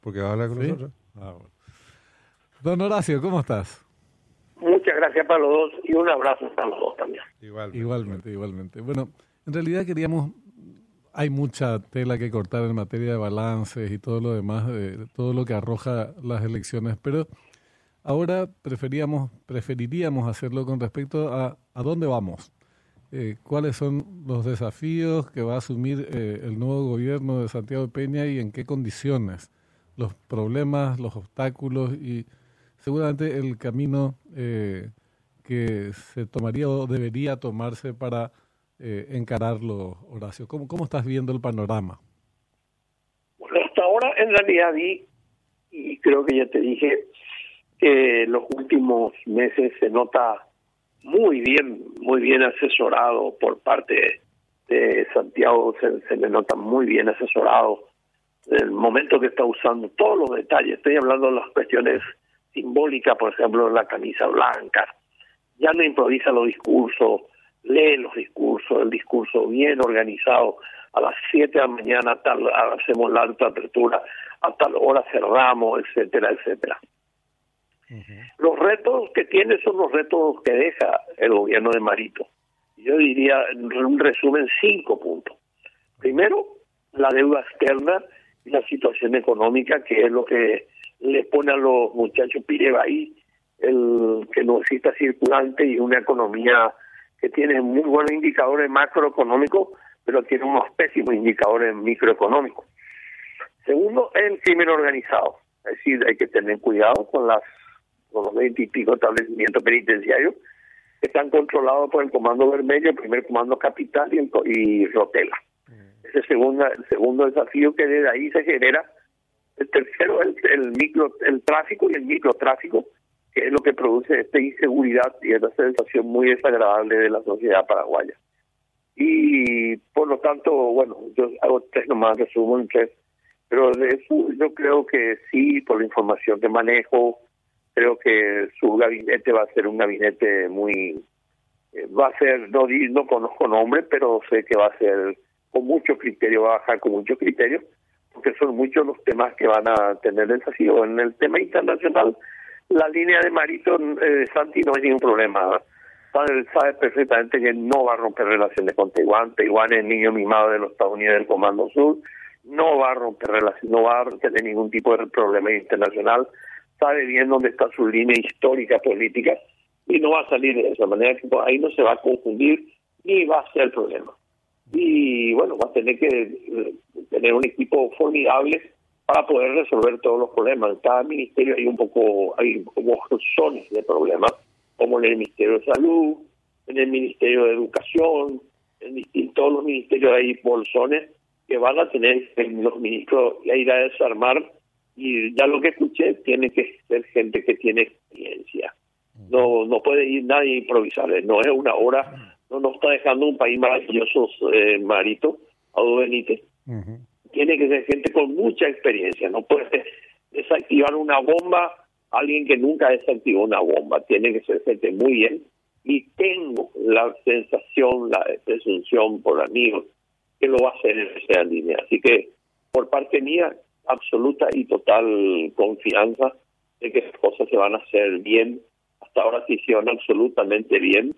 porque va a hablar con ¿Sí? nosotros. Bueno. Don Horacio, ¿cómo estás? Muchas gracias para los dos y un abrazo para los dos también. Igualmente. Bueno, en realidad hay mucha tela que cortar en materia de balances y todo lo demás, de todo lo que arroja las elecciones, pero ahora preferiríamos hacerlo con respecto a dónde vamos. ¿Cuáles son los desafíos que va a asumir el nuevo gobierno de Santiago Peña y en qué condiciones? Los problemas, los obstáculos y seguramente el camino que se tomaría o debería tomarse para encararlo, Horacio. ¿Cómo estás viendo el panorama? Bueno, hasta ahora en realidad vi, y creo que ya te dije, que los últimos meses se nota muy bien asesorado por parte de Santiago, se le nota muy bien asesorado el momento que está usando todos los detalles. Estoy hablando de las cuestiones simbólicas, por ejemplo, la camisa blanca. Ya no improvisa los discursos, lee los discursos, el discurso bien organizado. A las 7 de la mañana hacemos la alta apertura, a tal hora cerramos, etcétera. Los retos que tiene son los retos que deja el gobierno de Marito. Yo diría, en un resumen, 5 puntos. Primero, la deuda externa y la situación económica, que es lo que le pone a los muchachos Pirebaí, el que no exista circulante y una economía que tiene muy buenos indicadores macroeconómicos, pero tiene unos pésimos indicadores microeconómicos. Segundo, el crimen organizado. Es decir, hay que tener cuidado con los 20 y pico establecimientos penitenciarios que están controlados por el Comando Vermelho, el primer Comando Capital y Rotela. Ese es el segundo desafío que desde ahí se genera. El tercero, el tráfico y el microtráfico, que es lo que produce esta inseguridad y esta sensación muy desagradable de la sociedad paraguaya. Y por lo tanto, bueno, yo hago 3 nomás, resumo en 3, pero de eso yo creo que sí, por la información que manejo, creo que su gabinete va a ser un gabinete no conozco nombre, pero sé que va a ser con mucho criterio, va a bajar con mucho criterio, porque son muchos los temas que van a tener desafío. En el tema internacional, la línea de Marito Santi no hay ningún problema. Sabe perfectamente que no va a romper relaciones con Taiwán. Taiwán es el niño mimado de los Estados Unidos del Comando Sur. No va a romper relaciones, no va a tener ningún tipo de problema internacional. Sabe bien dónde está su línea histórica política y no va a salir de esa manera, que ahí no se va a confundir ni va a ser el problema. Y bueno, va a tener que tener un equipo formidable para poder resolver todos los problemas. En cada ministerio hay bolsones de problemas, como en el Ministerio de Salud, en el Ministerio de Educación, en todos los ministerios hay bolsones que van a tener los ministros a ir a desarmar. Y ya lo que escuché, tiene que ser gente que tiene experiencia. No puede ir nadie a improvisar. No es una hora, no nos está dejando un país maravilloso, Marito, Audo Benítez. Tiene que ser gente con mucha experiencia. No puede desactivar una bomba alguien que nunca desactivó una bomba. Tiene que ser gente muy bien. Y tengo la sensación, la presunción por amigos, que lo va a hacer en esa línea. Así que, por parte mía, absoluta y total confianza de que las cosas se van a hacer bien. Hasta ahora se hicieron absolutamente bien.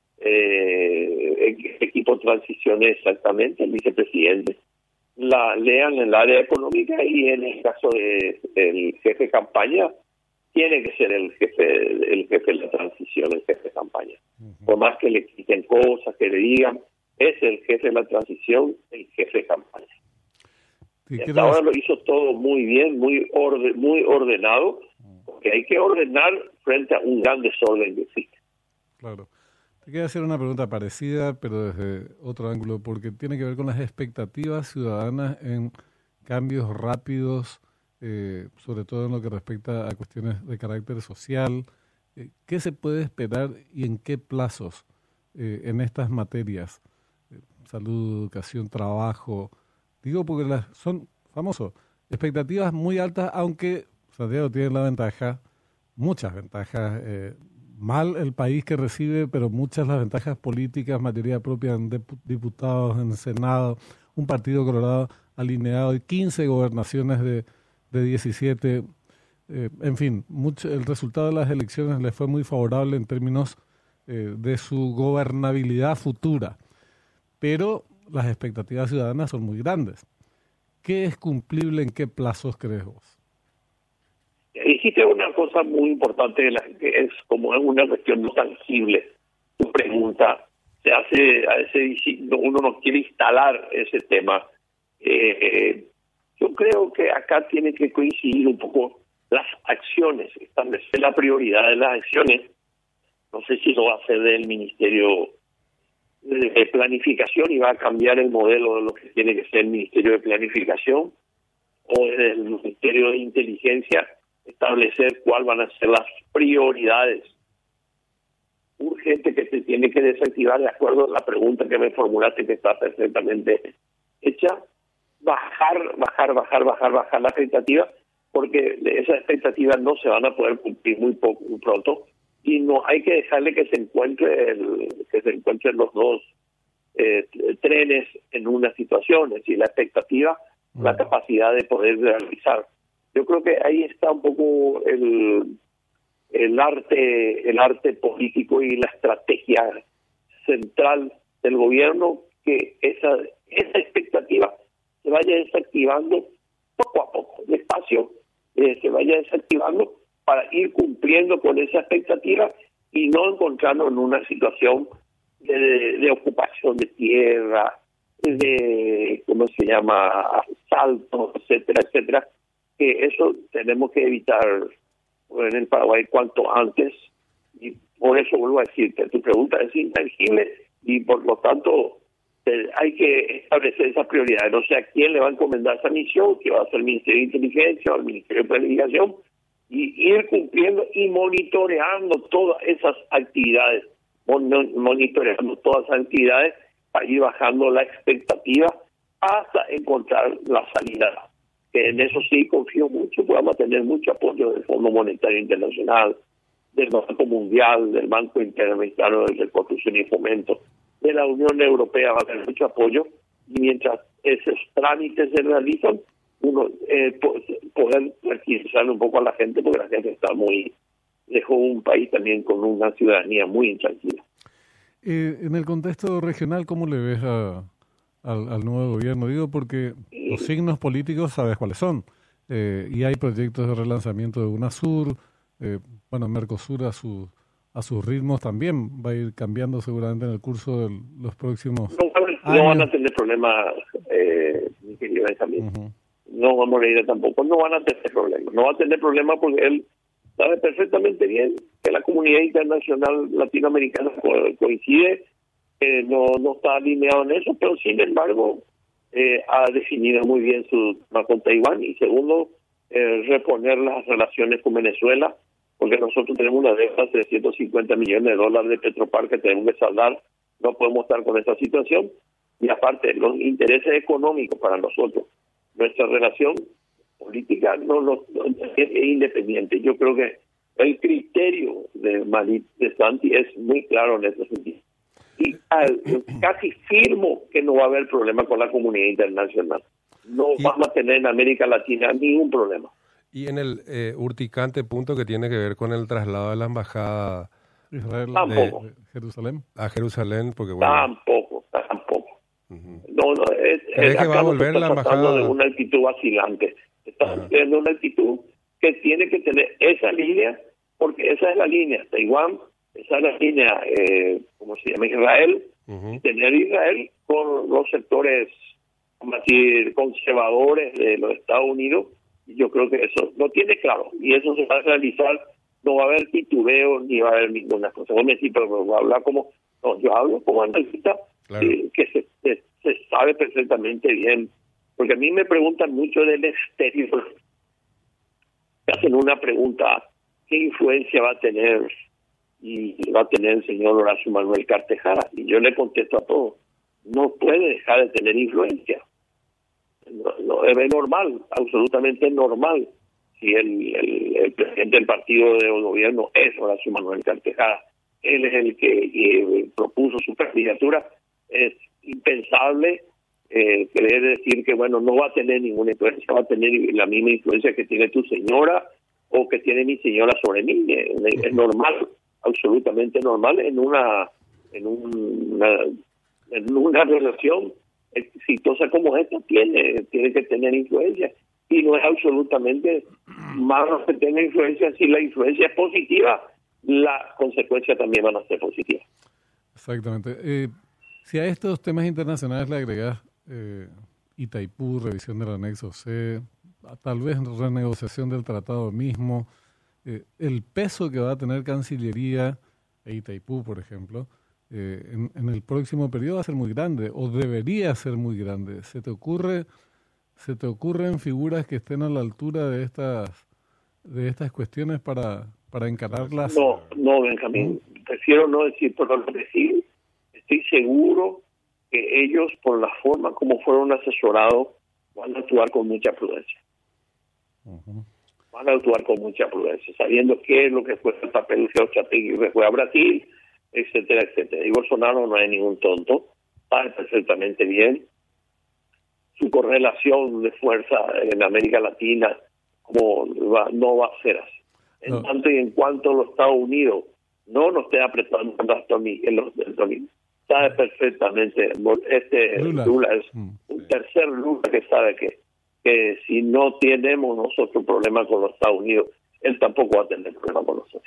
El equipo de transición exactamente, el vicepresidente. Lean en el área económica y en el caso del jefe de campaña, tiene que ser el jefe de la transición, el jefe de campaña. Por más que le quiten cosas, que le digan, es el jefe de la transición, el jefe de campaña. Hasta ahora lo hizo todo muy bien, muy ordenado, porque hay que ordenar frente a un gran desorden que existe. Claro. Te quiero hacer una pregunta parecida, pero desde otro ángulo, porque tiene que ver con las expectativas ciudadanas en cambios rápidos, sobre todo en lo que respecta a cuestiones de carácter social. ¿Qué se puede esperar y en qué plazos en estas materias? Salud, educación, trabajo. Digo porque son famosos, expectativas muy altas, aunque Santiago tiene la ventaja, muchas ventajas, mal el país que recibe, pero muchas las ventajas políticas, mayoría propia en diputados, en Senado, un partido colorado alineado y 15 gobernaciones de de 17. En fin, el resultado de las elecciones le fue muy favorable en términos de su gobernabilidad futura, pero las expectativas ciudadanas son muy grandes. ¿Qué es cumplible, en qué plazos crees vos? Dijiste una cosa muy importante, que es como una cuestión no tangible. Tu pregunta se hace, a veces uno no quiere instalar ese tema. Yo creo que acá tiene que coincidir un poco las acciones, establecer la prioridad de las acciones. No sé si lo va a hacer del Ministerio de Planificación y va a cambiar el modelo de lo que tiene que ser el Ministerio de Planificación, o desde el Ministerio de Inteligencia establecer cuáles van a ser las prioridades urgentes que se tiene que desactivar de acuerdo a la pregunta que me formulaste, que está perfectamente hecha. Bajar la expectativa, porque esas expectativas no se van a poder cumplir muy pronto, y no hay que dejarle que se encuentren los dos trenes en una situación, es decir, la expectativa, la capacidad de poder realizar. Yo creo que ahí está un poco el arte político y la estrategia central del gobierno, que esa expectativa se vaya desactivando poco a poco, despacio, se vaya desactivando para ir cumpliendo con esa expectativa y no encontrarnos en una situación de ocupación de tierra, de, asaltos, etcétera, que eso tenemos que evitar en el Paraguay cuanto antes, y por eso vuelvo a decirte, tu pregunta es intangible y por lo tanto hay que establecer esa prioridad. No sé a quién le va a encomendar esa misión, que va a ser el Ministerio de Inteligencia o el Ministerio de Planificación, y ir cumpliendo y monitoreando todas esas actividades, para ir bajando la expectativa hasta encontrar la salida. Que en eso sí confío mucho, porque vamos a tener mucho apoyo del Fondo Monetario Internacional, del Banco Mundial, del Banco Interamericano de Reconstrucción y Fomento, de la Unión Europea. Va a tener mucho apoyo, y mientras esos trámites se realizan, uno poder tranquilizar un poco a la gente, porque la gente dejó un país también con una ciudadanía muy intranquila. En el contexto regional, ¿cómo le ves al nuevo gobierno? Digo porque los signos políticos sabes cuáles son, y hay proyectos de relanzamiento de UNASUR, Mercosur a sus ritmos también va a ir cambiando seguramente en el curso de los próximos años. No van a tener problemas, mi querido Benjamín. No vamos a ir tampoco, no van a tener problemas. No va a tener problemas porque él sabe perfectamente bien que la comunidad internacional latinoamericana coincide, no está alineado en eso, pero sin embargo ha definido muy bien su tema con Taiwán, y segundo, reponer las relaciones con Venezuela, porque nosotros tenemos una deuda de $350 millones de Petropar que tenemos que saldar. No podemos estar con esta situación, y aparte los intereses económicos para nosotros, nuestra relación política es independiente. Yo creo que el criterio de Santi es muy claro en ese sentido. Y casi firmo que no va a haber problema con la comunidad internacional. No vamos a tener en América Latina ningún problema. Y en el urticante punto que tiene que ver con el traslado de la embajada Israel tampoco. De Jerusalén. A Jerusalén, porque Tampoco. ¿Crees que va a volver la embajada? De una actitud vacilante. Está teniendo una actitud que tiene que tener esa línea, porque esa es la línea. Taiwán, esa es la línea, Israel, tener Israel con los sectores, conservadores de los Estados Unidos. Y yo creo que eso lo tiene claro, y eso se va a realizar. No va a haber titubeo ni va a haber ninguna cosa. Vos me decís, pero voy a hablar yo hablo como analista, claro, que se sabe perfectamente bien, porque a mí me preguntan mucho del exterior, me hacen una pregunta: ¿qué influencia va a tener el señor Horacio Manuel Cartejara? Y yo le contesto a todos: no puede dejar de tener influencia. No, es normal, absolutamente normal. Si el presidente del partido de gobierno es Horacio Manuel Cartejara, él es el que propuso su candidatura, es impensable querer decir que, bueno, no va a tener ninguna influencia, va a tener la misma influencia que tiene tu señora o que tiene mi señora sobre mí. Es normal, absolutamente normal en una relación exitosa como esta, tiene que tener influencia, y no es absolutamente malo que tenga influencia. Si la influencia es positiva, las consecuencias también van a ser positivas. Exactamente. Si a estos temas internacionales le agregas Itaipú, revisión del anexo C, tal vez renegociación del tratado mismo, el peso que va a tener Cancillería e Itaipú, por ejemplo, en el próximo periodo va a ser muy grande, o debería ser muy grande. ¿Se te ocurren figuras que estén a la altura de estas cuestiones para encararlas? No, Benjamín. Prefiero no decir, pero decir, estoy seguro que ellos, por la forma como fueron asesorados, van a actuar con mucha prudencia. Uh-huh. Van a actuar con mucha prudencia, sabiendo qué es lo que fue el papel geoestratégico que fue a Brasil, etcétera, etcétera. Y Bolsonaro no es ningún tonto, sabe perfectamente bien su correlación de fuerza en América Latina, no va a ser así. En tanto y en cuanto los Estados Unidos no nos esté apretando en los tornillos, sabe perfectamente, Lula es un tercer Lula que sabe que si no tenemos nosotros problema con los Estados Unidos, él tampoco va a tener problema con nosotros.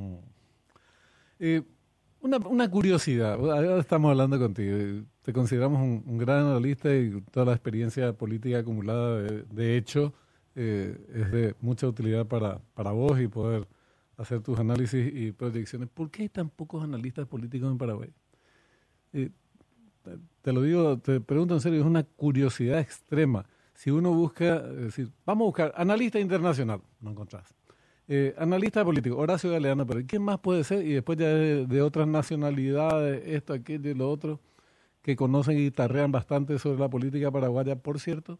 Una curiosidad, ahora estamos hablando contigo, te consideramos un gran analista y toda la experiencia política acumulada, de hecho, es de mucha utilidad para vos y poder hacer tus análisis y proyecciones. ¿Por qué hay tan pocos analistas políticos en Paraguay? Te lo digo, te pregunto en serio, es una curiosidad extrema. Si uno busca, vamos a buscar analista internacional, no encontrás. Analista político, Horacio Galeano, pero ¿quién más puede ser? Y después ya de otras nacionalidades, esto, aquello y lo otro, que conocen y tarrean bastante sobre la política paraguaya, por cierto.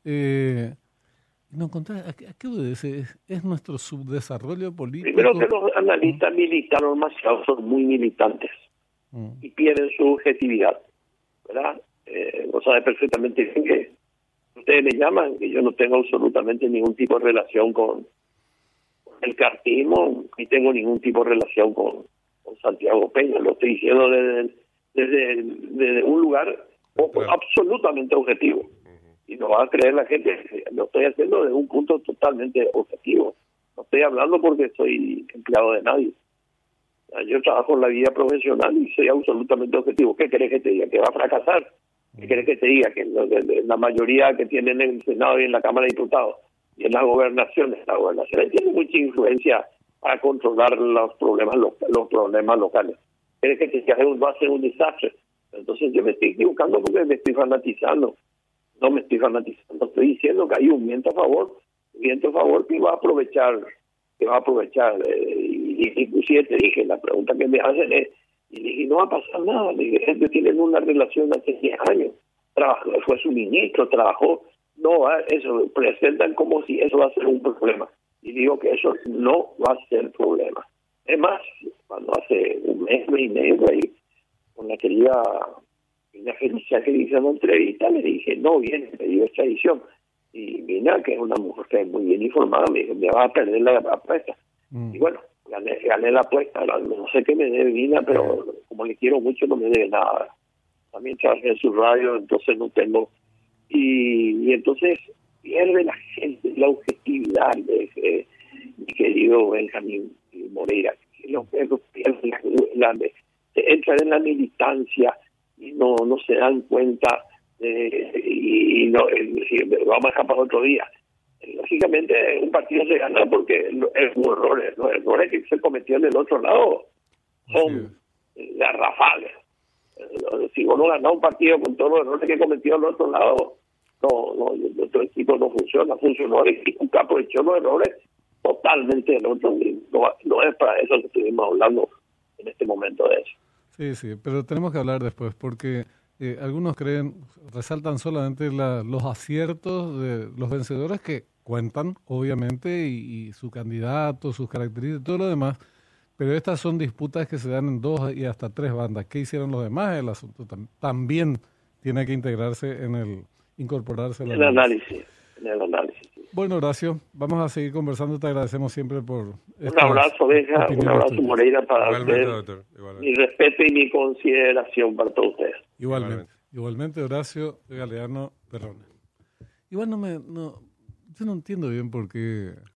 No encontrás, ¿a qué obedece? ¿Es nuestro subdesarrollo político? Primero que los analistas militares demasiado son muy militantes y pierden su objetividad, ¿verdad? Vos sabés perfectamente bien que ustedes me llaman, que yo no tengo absolutamente ningún tipo de relación con el cartismo, ni tengo ningún tipo de relación con Santiago Peña. Lo estoy diciendo desde un lugar absolutamente objetivo. Y no va a creer la gente, lo estoy haciendo desde un punto totalmente objetivo. No estoy hablando porque soy empleado de nadie. Yo trabajo en la vida profesional y soy absolutamente objetivo. ¿Qué querés que te diga? ¿Que va a fracasar? ¿Qué querés que te diga? Que la mayoría que tienen en el Senado y en la Cámara de Diputados y en las gobernaciones tiene mucha influencia para controlar los problemas locales. ¿Querés que te diga? Va a ser un desastre. Entonces yo me estoy equivocando porque me estoy fanatizando. No me estoy fanatizando, estoy diciendo que hay un viento a favor que va a aprovechar, y inclusive te dije, la pregunta que me hacen es, y dije, no va a pasar nada, dije, gente tiene una relación hace 10 años, fue su ministro, trabajó, eso presentan como si eso va a ser un problema, y digo que eso no va a ser problema. Es más, cuando hace un mes y medio ahí, con la querida Felicia que hizo una entrevista, le dije, no viene, me dio esta edición. Y Mina, que es una mujer que es muy bien informada, me dijo, me va a perder la apuesta. Y bueno, gané la apuesta. No sé qué me debe Mina, pero como le quiero mucho, no me debe nada. También trabajé en su radio, entonces no tengo. Y entonces pierde la gente la objetividad de mi querido Benjamín Moreira. Entran en la militancia y no se dan cuenta vamos a dejar para otro día. Lógicamente un partido se gana porque los errores que se cometieron del otro lado son garrafales. Si vos no ganás un partido con todos los errores que cometió el otro lado, nuestro equipo no funcionó el equipo que aprovechó los errores totalmente del otro. No es para eso que estuvimos hablando en este momento de eso. Sí, pero tenemos que hablar después porque algunos resaltan solamente los aciertos de los vencedores que cuentan, obviamente, y su candidato, sus características y todo lo demás, pero estas son disputas que se dan en 2 y hasta 3 bandas. ¿Qué hicieron los demás? El asunto también tiene que integrarse incorporarse al En el análisis. Sí. Bueno, Horacio, vamos a seguir conversando. Te agradecemos siempre por un abrazo, Benja, un abrazo, tuyas. Moreira, para Igualmente, usted. doctor. Igualmente. Mi respeto y mi consideración para todos ustedes. Igualmente, Horacio Galeano Perrone. Igual yo no entiendo bien por qué